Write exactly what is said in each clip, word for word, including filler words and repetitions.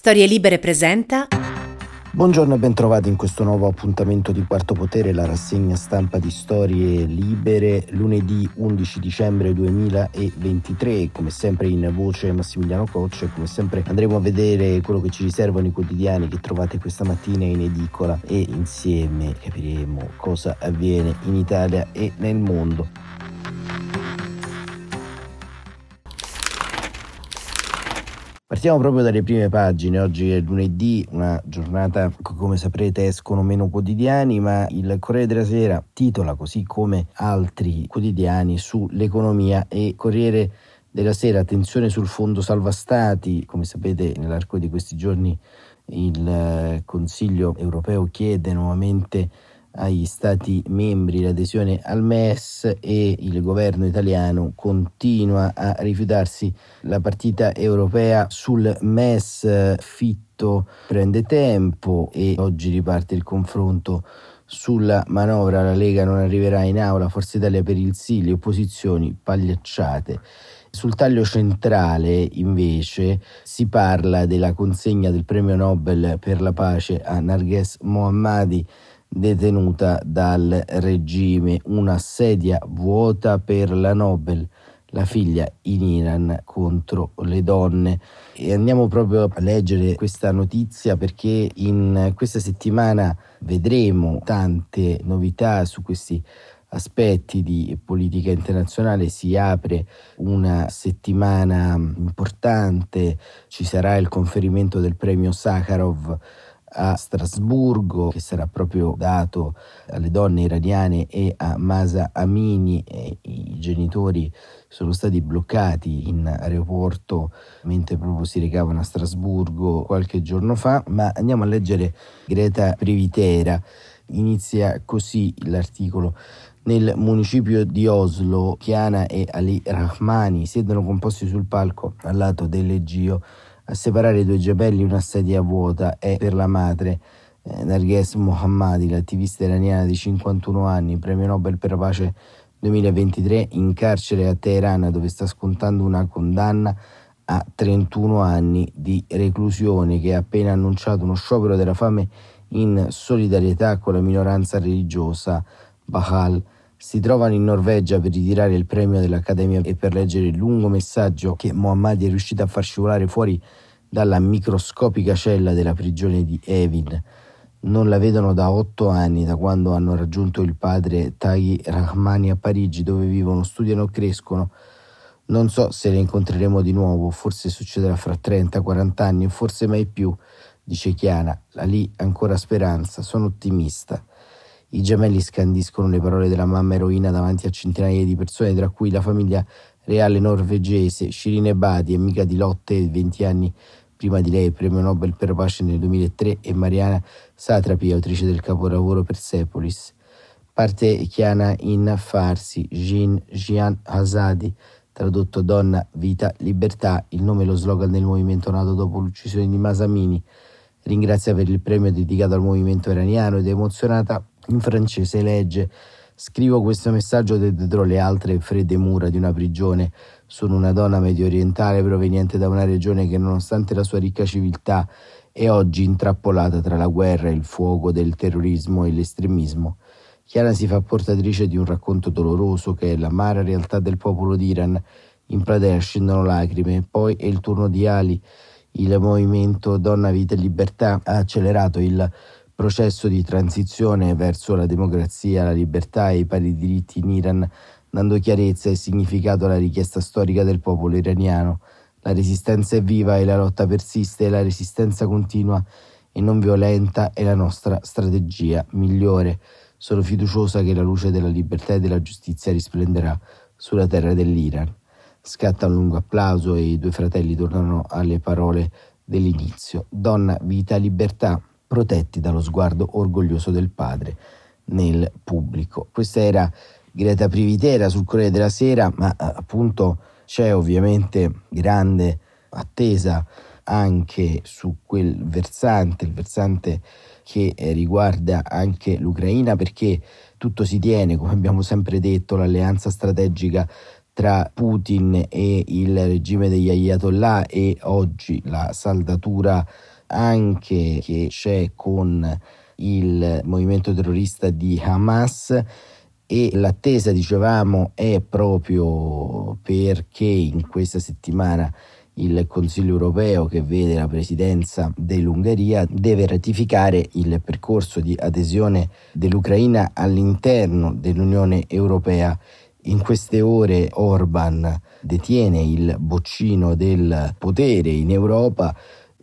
Storie Libere presenta. Buongiorno e bentrovati in questo nuovo appuntamento di Quarto Potere, la rassegna stampa di Storie Libere, lunedì undici dicembre duemilaventitré. Come sempre in voce Massimiliano Coccia, e come sempre andremo a vedere quello che ci riservano i quotidiani che trovate questa mattina in edicola e insieme capiremo cosa avviene in Italia e nel mondo. Partiamo proprio dalle prime pagine. Oggi è lunedì, una giornata in cui, come saprete, escono meno quotidiani, ma il Corriere della Sera titola, così come altri quotidiani, sull'economia. E Corriere della Sera, attenzione sul fondo salva stati. Come sapete, nell'arco di questi giorni il Consiglio europeo chiede nuovamente agli stati membri l'adesione al M E S e il governo italiano continua a rifiutarsi la partita europea sul M E S. Fitto prende tempo e oggi riparte il confronto sulla manovra. La Lega non arriverà in aula, Forza Italia per il sì, le opposizioni pagliacciate. Sul taglio centrale invece si parla della consegna del premio Nobel per la pace a Narges Mohammadi, detenuta dal regime. Una sedia vuota per la Nobel, la figlia in Iran contro le donne. E andiamo proprio a leggere questa notizia perché in questa settimana vedremo tante novità su questi aspetti di politica internazionale. Si apre una settimana importante, ci sarà il conferimento del premio Sakharov a Strasburgo, che sarà proprio dato alle donne iraniane e a Mahsa Amini. E i genitori sono stati bloccati in aeroporto mentre proprio si recavano a Strasburgo qualche giorno fa. Ma andiamo a leggere Greta Privitera. Inizia così l'articolo: nel municipio di Oslo, Chiana e Ali Rahmani siedono composti sul palco al lato dell'Egeo. A separare i due gemelli una sedia vuota è per la madre. eh, Narges Mohammadi, l'attivista iraniana di cinquantuno anni, premio Nobel per la pace duemilaventitré, in carcere a Teheran, dove sta scontando una condanna a trentuno anni di reclusione, che ha appena annunciato uno sciopero della fame in solidarietà con la minoranza religiosa Bahal. Si trovano in Norvegia per ritirare il premio dell'Accademia e per leggere il lungo messaggio che Mohammadi è riuscito a far scivolare fuori dalla microscopica cella della prigione di Evin. Non la vedono da otto anni, da quando hanno raggiunto il padre Taghi Rahmani a Parigi, dove vivono, studiano e crescono. Non so se le incontreremo di nuovo, forse succederà fra trenta quaranta anni, o forse mai più, dice Chiana. La lì ancora speranza, sono ottimista. I gemelli scandiscono le parole della mamma eroina davanti a centinaia di persone, tra cui la famiglia reale norvegese. Shirin Ebadi, amica di Lotte venti anni prima di lei, premio Nobel per la pace nel duemilatré, e Mariana Satrapi, autrice del capolavoro Persepolis. Parte Chiana in Farsi, Jin Jian Azadi, tradotto Donna, Vita, Libertà, il nome e lo slogan del movimento nato dopo l'uccisione di Mahsa Amini. Ringrazia per il premio dedicato al movimento iraniano ed è emozionata. In francese legge: scrivo questo messaggio da dietro le altre fredde mura di una prigione. Sono una donna medio orientale proveniente da una regione che, nonostante la sua ricca civiltà, è oggi intrappolata tra la guerra, il fuoco del terrorismo e l'estremismo. Chiara si fa portatrice di un racconto doloroso che è l'amara realtà del popolo d'Iran. In platea scendono lacrime. Poi è il turno di Ali. Il movimento Donna, Vita e Libertà ha accelerato il processo di transizione verso la democrazia, la libertà e i pari diritti in Iran, dando chiarezza e significato alla richiesta storica del popolo iraniano. La resistenza è viva e la lotta persiste, e la resistenza continua e non violenta è la nostra strategia migliore. Sono fiduciosa che la luce della libertà e della giustizia risplenderà sulla terra dell'Iran. Scatta un lungo applauso e i due fratelli tornano alle parole dell'inizio. Donna, Vita, Libertà, protetti dallo sguardo orgoglioso del padre nel pubblico. Questa era Greta Privitera sul Corriere della Sera, ma appunto c'è ovviamente grande attesa anche su quel versante, il versante che riguarda anche l'Ucraina, perché tutto si tiene, come abbiamo sempre detto, l'alleanza strategica tra Putin e il regime degli Ayatollah, e oggi la saldatura anche che c'è con il movimento terrorista di Hamas. E l'attesa, dicevamo, è proprio perché in questa settimana il Consiglio europeo, che vede la presidenza dell'Ungheria, deve ratificare il percorso di adesione dell'Ucraina all'interno dell'Unione Europea. In queste ore Orban detiene il boccino del potere in Europa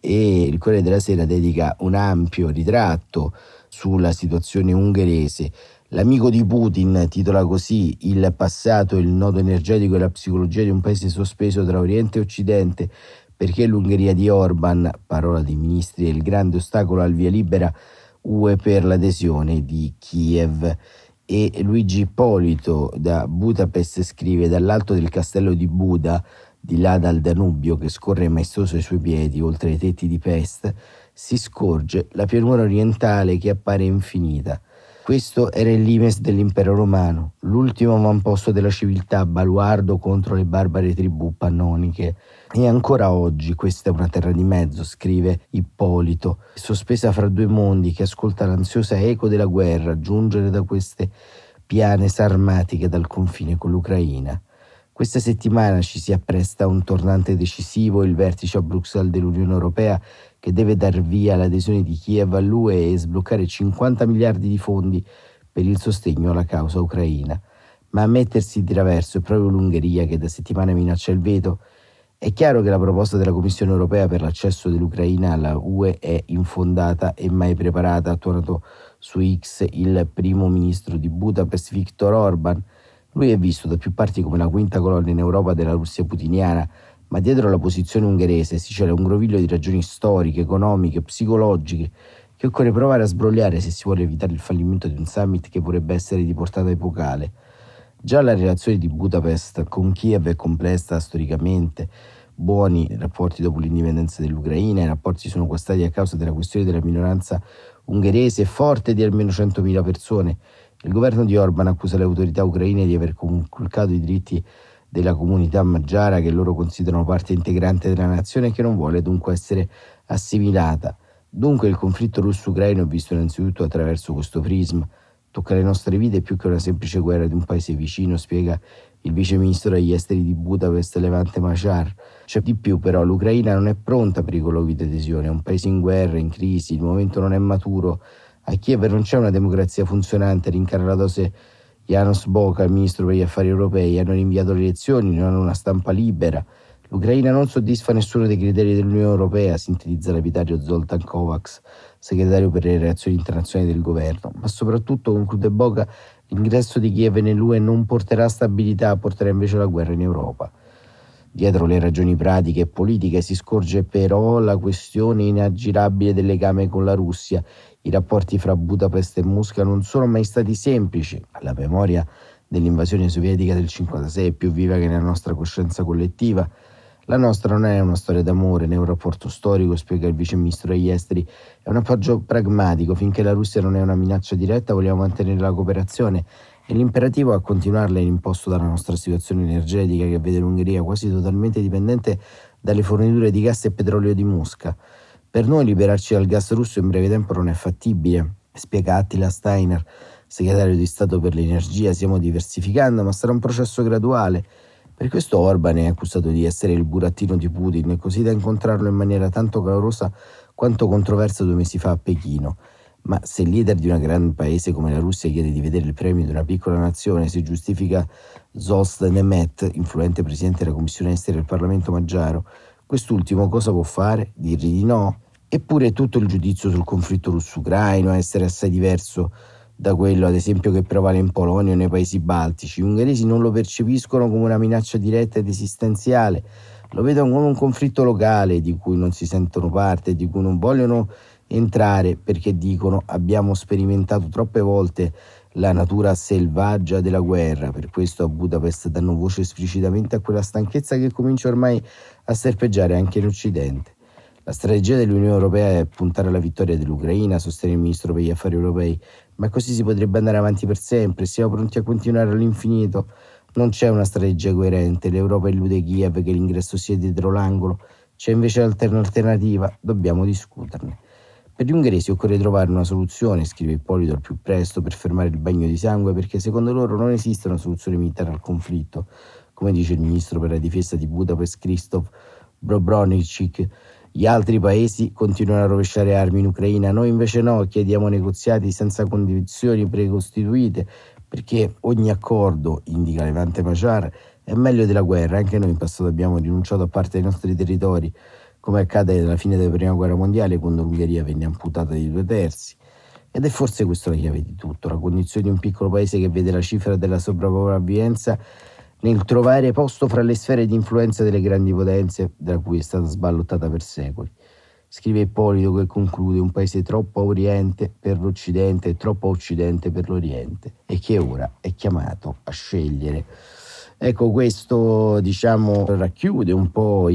e il Corriere della Sera dedica un ampio ritratto sulla situazione ungherese. L'amico di Putin titola così: il passato, il nodo energetico e la psicologia di un paese sospeso tra Oriente e Occidente, perché l'Ungheria di Orban, parola dei ministri, è il grande ostacolo al via libera U E per l'adesione di Kiev. E Luigi Ippolito da Budapest scrive: dall'alto del castello di Buda, di là dal Danubio che scorre maestoso ai suoi piedi, oltre ai tetti di Pest, si scorge la pianura orientale che appare infinita. Questo era il limes dell'impero romano, l'ultimo avamposto della civiltà, baluardo contro le barbare tribù pannoniche. E ancora oggi questa è una terra di mezzo, scrive Ippolito, sospesa fra due mondi, che ascolta l'ansiosa eco della guerra giungere da queste piane sarmatiche dal confine con l'Ucraina. Questa settimana ci si appresta a un tornante decisivo, il vertice a Bruxelles dell'Unione Europea, che deve dar via all'adesione di Kiev all'U E e sbloccare cinquanta miliardi di fondi per il sostegno alla causa ucraina. Ma a mettersi di traverso è proprio l'Ungheria, che da settimane minaccia il veto. È chiaro che la proposta della Commissione Europea per l'accesso dell'Ucraina alla U E è infondata e mai preparata, ha tuonato su X il primo ministro di Budapest, Viktor Orban. Lui è visto da più parti come la quinta colonna in Europa della Russia putiniana, ma dietro la posizione ungherese si cela un groviglio di ragioni storiche, economiche, psicologiche, che occorre provare a sbrogliare se si vuole evitare il fallimento di un summit che potrebbe essere di portata epocale. Già la relazione di Budapest con Kiev è complessa storicamente. Buoni rapporti dopo l'indipendenza dell'Ucraina, i rapporti sono guastati a causa della questione della minoranza ungherese forte di almeno centomila persone. Il governo di Orban accusa le autorità ucraine di aver conculcato i diritti della comunità magiara, che loro considerano parte integrante della nazione e che non vuole dunque essere assimilata. Dunque il conflitto russo-ucraino è visto innanzitutto attraverso questo prisma. Tocca le nostre vite più che una semplice guerra di un paese vicino, spiega il vice ministro degli esteri di Budapest, Levente Machar. C'è di più però, l'Ucraina non è pronta per i colloqui di adesione, è un paese in guerra, in crisi, il momento non è maturo. A Kiev non c'è una democrazia funzionante, rincara la dose Janos Boka, il ministro per gli affari europei, hanno rinviato le elezioni, non hanno una stampa libera. L'Ucraina non soddisfa nessuno dei criteri dell'Unione Europea, sintetizza lapidario Zoltan Kovacs, segretario per le relazioni internazionali del governo. Ma soprattutto, conclude Boka, l'ingresso di Kiev nell'U E non porterà stabilità, porterà invece la guerra in Europa. Dietro le ragioni pratiche e politiche si scorge però la questione inaggirabile del legame con la Russia. I rapporti fra Budapest e Mosca non sono mai stati semplici. La memoria dell'invasione sovietica del cinquantasei è più viva che nella nostra coscienza collettiva. La nostra non è una storia d'amore né un rapporto storico, spiega il vice ministro degli esteri, è un appoggio pragmatico. Finché la Russia non è una minaccia diretta vogliamo mantenere la cooperazione e l'imperativo a continuarla è imposto dalla nostra situazione energetica, che vede l'Ungheria quasi totalmente dipendente dalle forniture di gas e petrolio di Mosca. Per noi liberarci dal gas russo in breve tempo non è fattibile, spiega Attila Steiner, segretario di Stato per l'energia. Stiamo diversificando, ma sarà un processo graduale. Per questo Orban è accusato di essere il burattino di Putin, così da incontrarlo in maniera tanto calorosa quanto controversa due mesi fa a Pechino. Ma se il leader di un grande paese come la Russia chiede di vedere il premio di una piccola nazione, si giustifica Zsolt Nemet, influente presidente della Commissione Esteri del Parlamento magiaro, quest'ultimo cosa può fare? Dirgli di no? Eppure tutto il giudizio sul conflitto russo-ucraino è essere assai diverso da quello, ad esempio, che prevale in Polonia o nei paesi baltici. Gli ungheresi non lo percepiscono come una minaccia diretta ed esistenziale, lo vedono come un conflitto locale di cui non si sentono parte e di cui non vogliono entrare, perché dicono: abbiamo sperimentato troppe volte la natura selvaggia della guerra. Per questo a Budapest danno voce esplicitamente a quella stanchezza che comincia ormai a serpeggiare anche in Occidente. La strategia dell'Unione Europea è puntare alla vittoria dell'Ucraina, sostiene il ministro per gli affari europei, ma così si potrebbe andare avanti per sempre. Siamo pronti a continuare all'infinito, Non c'è una strategia coerente, l'Europa illude Kiev che l'ingresso sia dietro l'angolo, c'è invece un'alternativa, dobbiamo discuterne. Per gli ungheresi occorre trovare una soluzione, scrive Ippolito, al più presto per fermare il bagno di sangue, perché secondo loro non esiste una soluzione militare al conflitto, come dice il ministro per la difesa di Budapest Krzysztof Bobronicik. Gli altri paesi continuano a rovesciare armi in Ucraina, noi invece no, chiediamo negoziati senza condizioni precostituite, perché ogni accordo, indica Levante Machar, è meglio della guerra. Anche noi in passato abbiamo rinunciato a parte dei nostri territori, come accade alla fine della prima guerra mondiale, quando l'Ungheria venne amputata di due terzi. Ed è forse questa la chiave di tutto, la condizione di un piccolo paese che vede la cifra della sopravvivenza nel trovare posto fra le sfere di influenza delle grandi potenze da cui è stata sballottata per secoli. Scrive Ippolito, che conclude: un paese troppo a oriente per l'Occidente e troppo a occidente per l'Oriente, e che ora è chiamato a scegliere. Ecco, questo diciamo racchiude un po'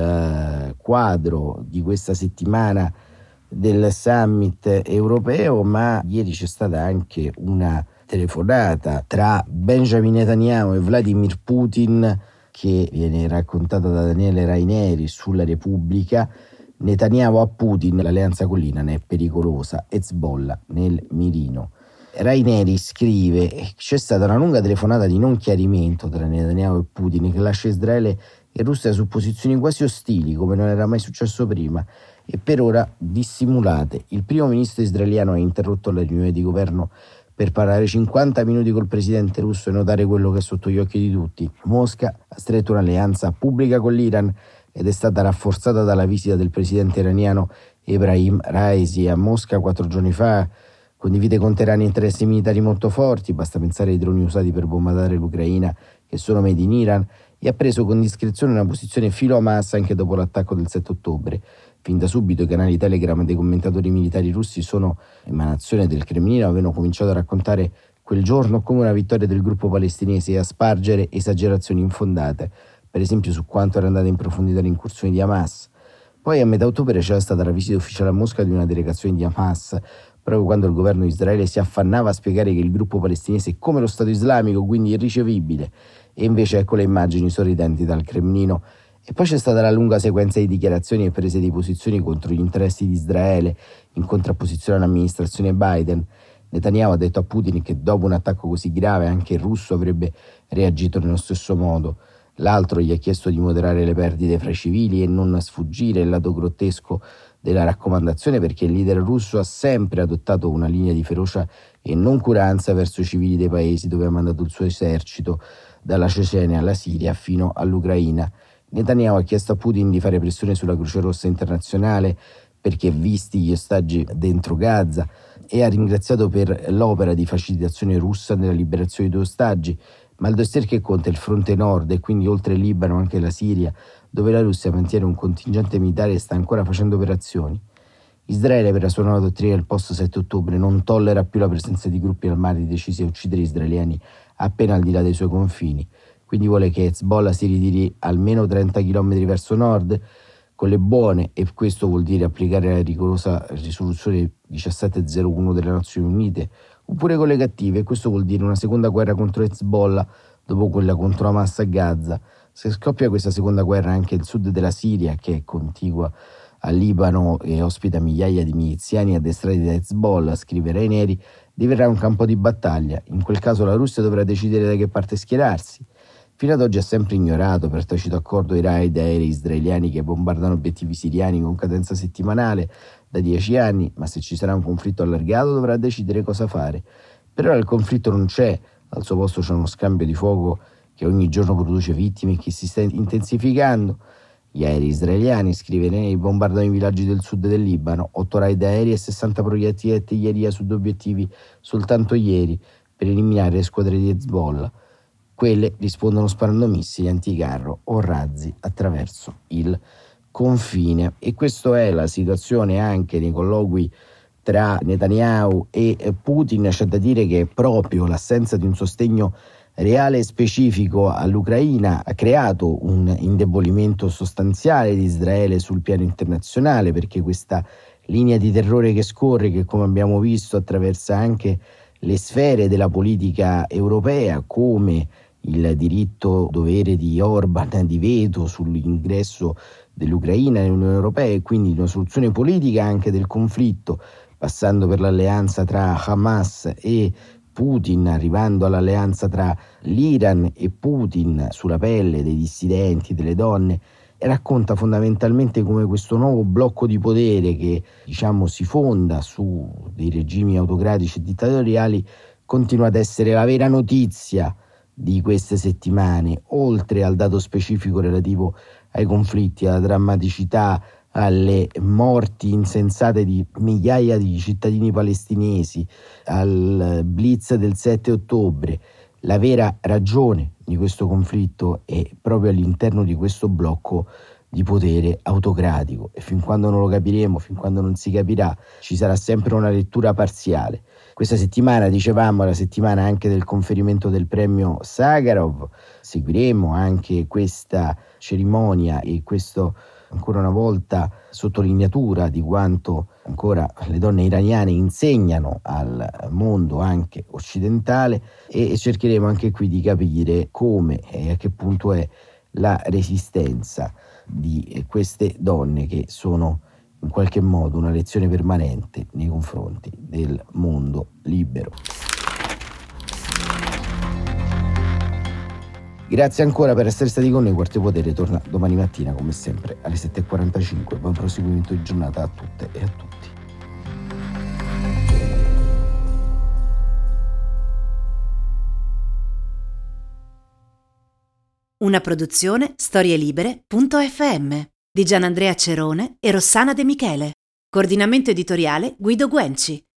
il quadro di questa settimana del summit europeo, ma ieri c'è stata anche una telefonata tra Benjamin Netanyahu e Vladimir Putin che viene raccontata da Daniele Raineri sulla Repubblica. Netanyahu a Putin: l'alleanza con l'Iran è pericolosa, Hezbollah nel mirino. Raineri scrive: c'è stata una lunga telefonata di non chiarimento tra Netanyahu e Putin che lascia Israele e Russia su posizioni quasi ostili, come non era mai successo prima, e per ora dissimulate. Il primo ministro israeliano ha interrotto la riunione di governo per parlare cinquanta minuti col presidente russo e notare quello che è sotto gli occhi di tutti. Mosca ha stretto un'alleanza pubblica con l'Iran ed è stata rafforzata dalla visita del presidente iraniano Ebrahim Raisi a Mosca quattro giorni fa. Condivide con Teheran interessi militari molto forti, basta pensare ai droni usati per bombardare l'Ucraina che sono made in Iran, e ha preso con discrezione una posizione filo Hamas anche dopo l'attacco del sette ottobre. Fin da subito i canali Telegram dei commentatori militari russi, sono emanazione del Cremlino, avevano cominciato a raccontare quel giorno come una vittoria del gruppo palestinese e a spargere esagerazioni infondate, per esempio su quanto era andata in profondità l'incursione di Hamas. Poi a metà ottobre c'era stata la visita ufficiale a Mosca di una delegazione di Hamas, proprio quando il governo di Israele si affannava a spiegare che il gruppo palestinese è come lo Stato islamico, quindi irricevibile, e invece ecco le immagini sorridenti dal Cremlino. E poi c'è stata la lunga sequenza di dichiarazioni e prese di posizioni contro gli interessi di Israele, in contrapposizione all'amministrazione Biden. Netanyahu ha detto a Putin che dopo un attacco così grave anche il russo avrebbe reagito nello stesso modo. L'altro gli ha chiesto di moderare le perdite fra i civili e non sfuggire il lato grottesco della raccomandazione, perché il leader russo ha sempre adottato una linea di ferocia e noncuranza verso i civili dei paesi dove ha mandato il suo esercito, dalla Cecenia alla Siria fino all'Ucraina. Netanyahu ha chiesto a Putin di fare pressione sulla Croce Rossa internazionale perché visti gli ostaggi dentro Gaza, e ha ringraziato per l'opera di facilitazione russa nella liberazione dei due ostaggi, ma il dossier che conta è il fronte nord e quindi oltre il Libano anche la Siria, dove la Russia mantiene un contingente militare e sta ancora facendo operazioni. Israele, per la sua nuova dottrina del post sette ottobre, non tollera più la presenza di gruppi armati decisi a uccidere israeliani appena al di là dei suoi confini, quindi vuole che Hezbollah si ritiri almeno trenta chilometri verso nord con le buone, e questo vuol dire applicare la rigorosa risoluzione diciassette zero uno delle Nazioni Unite, oppure con le cattive, e questo vuol dire una seconda guerra contro Hezbollah dopo quella contro Hamas a Gaza. Se scoppia questa seconda guerra anche il sud della Siria, che è contigua al Libano e ospita migliaia di miliziani addestrati da Hezbollah, scrive Raineri, diverrà un campo di battaglia. In quel caso la Russia dovrà decidere da che parte schierarsi. Fino ad oggi ha sempre ignorato per tacito accordo i raid aerei israeliani che bombardano obiettivi siriani con cadenza settimanale da dieci anni, ma se ci sarà un conflitto allargato dovrà decidere cosa fare. Per ora il conflitto non c'è, al suo posto c'è uno scambio di fuoco che ogni giorno produce vittime e che si sta intensificando. Gli aerei israeliani, scrive Neri, bombardano i villaggi del sud del Libano, otto raid aerei e sessanta proiettili di artiglieria su due obiettivi soltanto ieri per eliminare le squadre di Hezbollah. Quelle rispondono sparando missili anticarro o razzi attraverso il confine. E questa è la situazione anche nei colloqui tra Netanyahu e Putin. C'è da dire che proprio l'assenza di un sostegno reale e specifico all'Ucraina ha creato un indebolimento sostanziale di Israele sul piano internazionale, perché questa linea di terrore che scorre, che come abbiamo visto attraversa anche le sfere della politica europea, come il diritto dovere di Orban di veto sull'ingresso dell'Ucraina nell'Unione Europea e quindi una soluzione politica anche del conflitto, passando per l'alleanza tra Hamas e Putin, arrivando all'alleanza tra l'Iran e Putin sulla pelle dei dissidenti, delle donne, e racconta fondamentalmente come questo nuovo blocco di potere che diciamo si fonda su dei regimi autocratici e dittatoriali continua ad essere la vera notizia di queste settimane, oltre al dato specifico relativo ai conflitti, alla drammaticità, alle morti insensate di migliaia di cittadini palestinesi, al blitz del sette ottobre. La vera ragione di questo conflitto è proprio all'interno di questo blocco di potere autocratico, e fin quando non lo capiremo, fin quando non si capirà, ci sarà sempre una lettura parziale. Questa settimana, dicevamo, è la settimana anche del conferimento del premio Sakharov. Seguiremo anche questa cerimonia e questo, ancora una volta, sottolineatura di quanto ancora le donne iraniane insegnano al mondo anche occidentale, e cercheremo anche qui di capire come e a che punto è la resistenza di queste donne, che sono in qualche modo una lezione permanente nei confronti del mondo libero. Grazie ancora per essere stati con noi. Quarto Potere torna domani mattina come sempre alle sette e quarantacinque. Buon proseguimento di giornata a tutte e a tutti. Una produzione storielibere punto effe emme di Gianandrea Cerone e Rossana De Michele. Coordinamento editoriale Guido Guenci.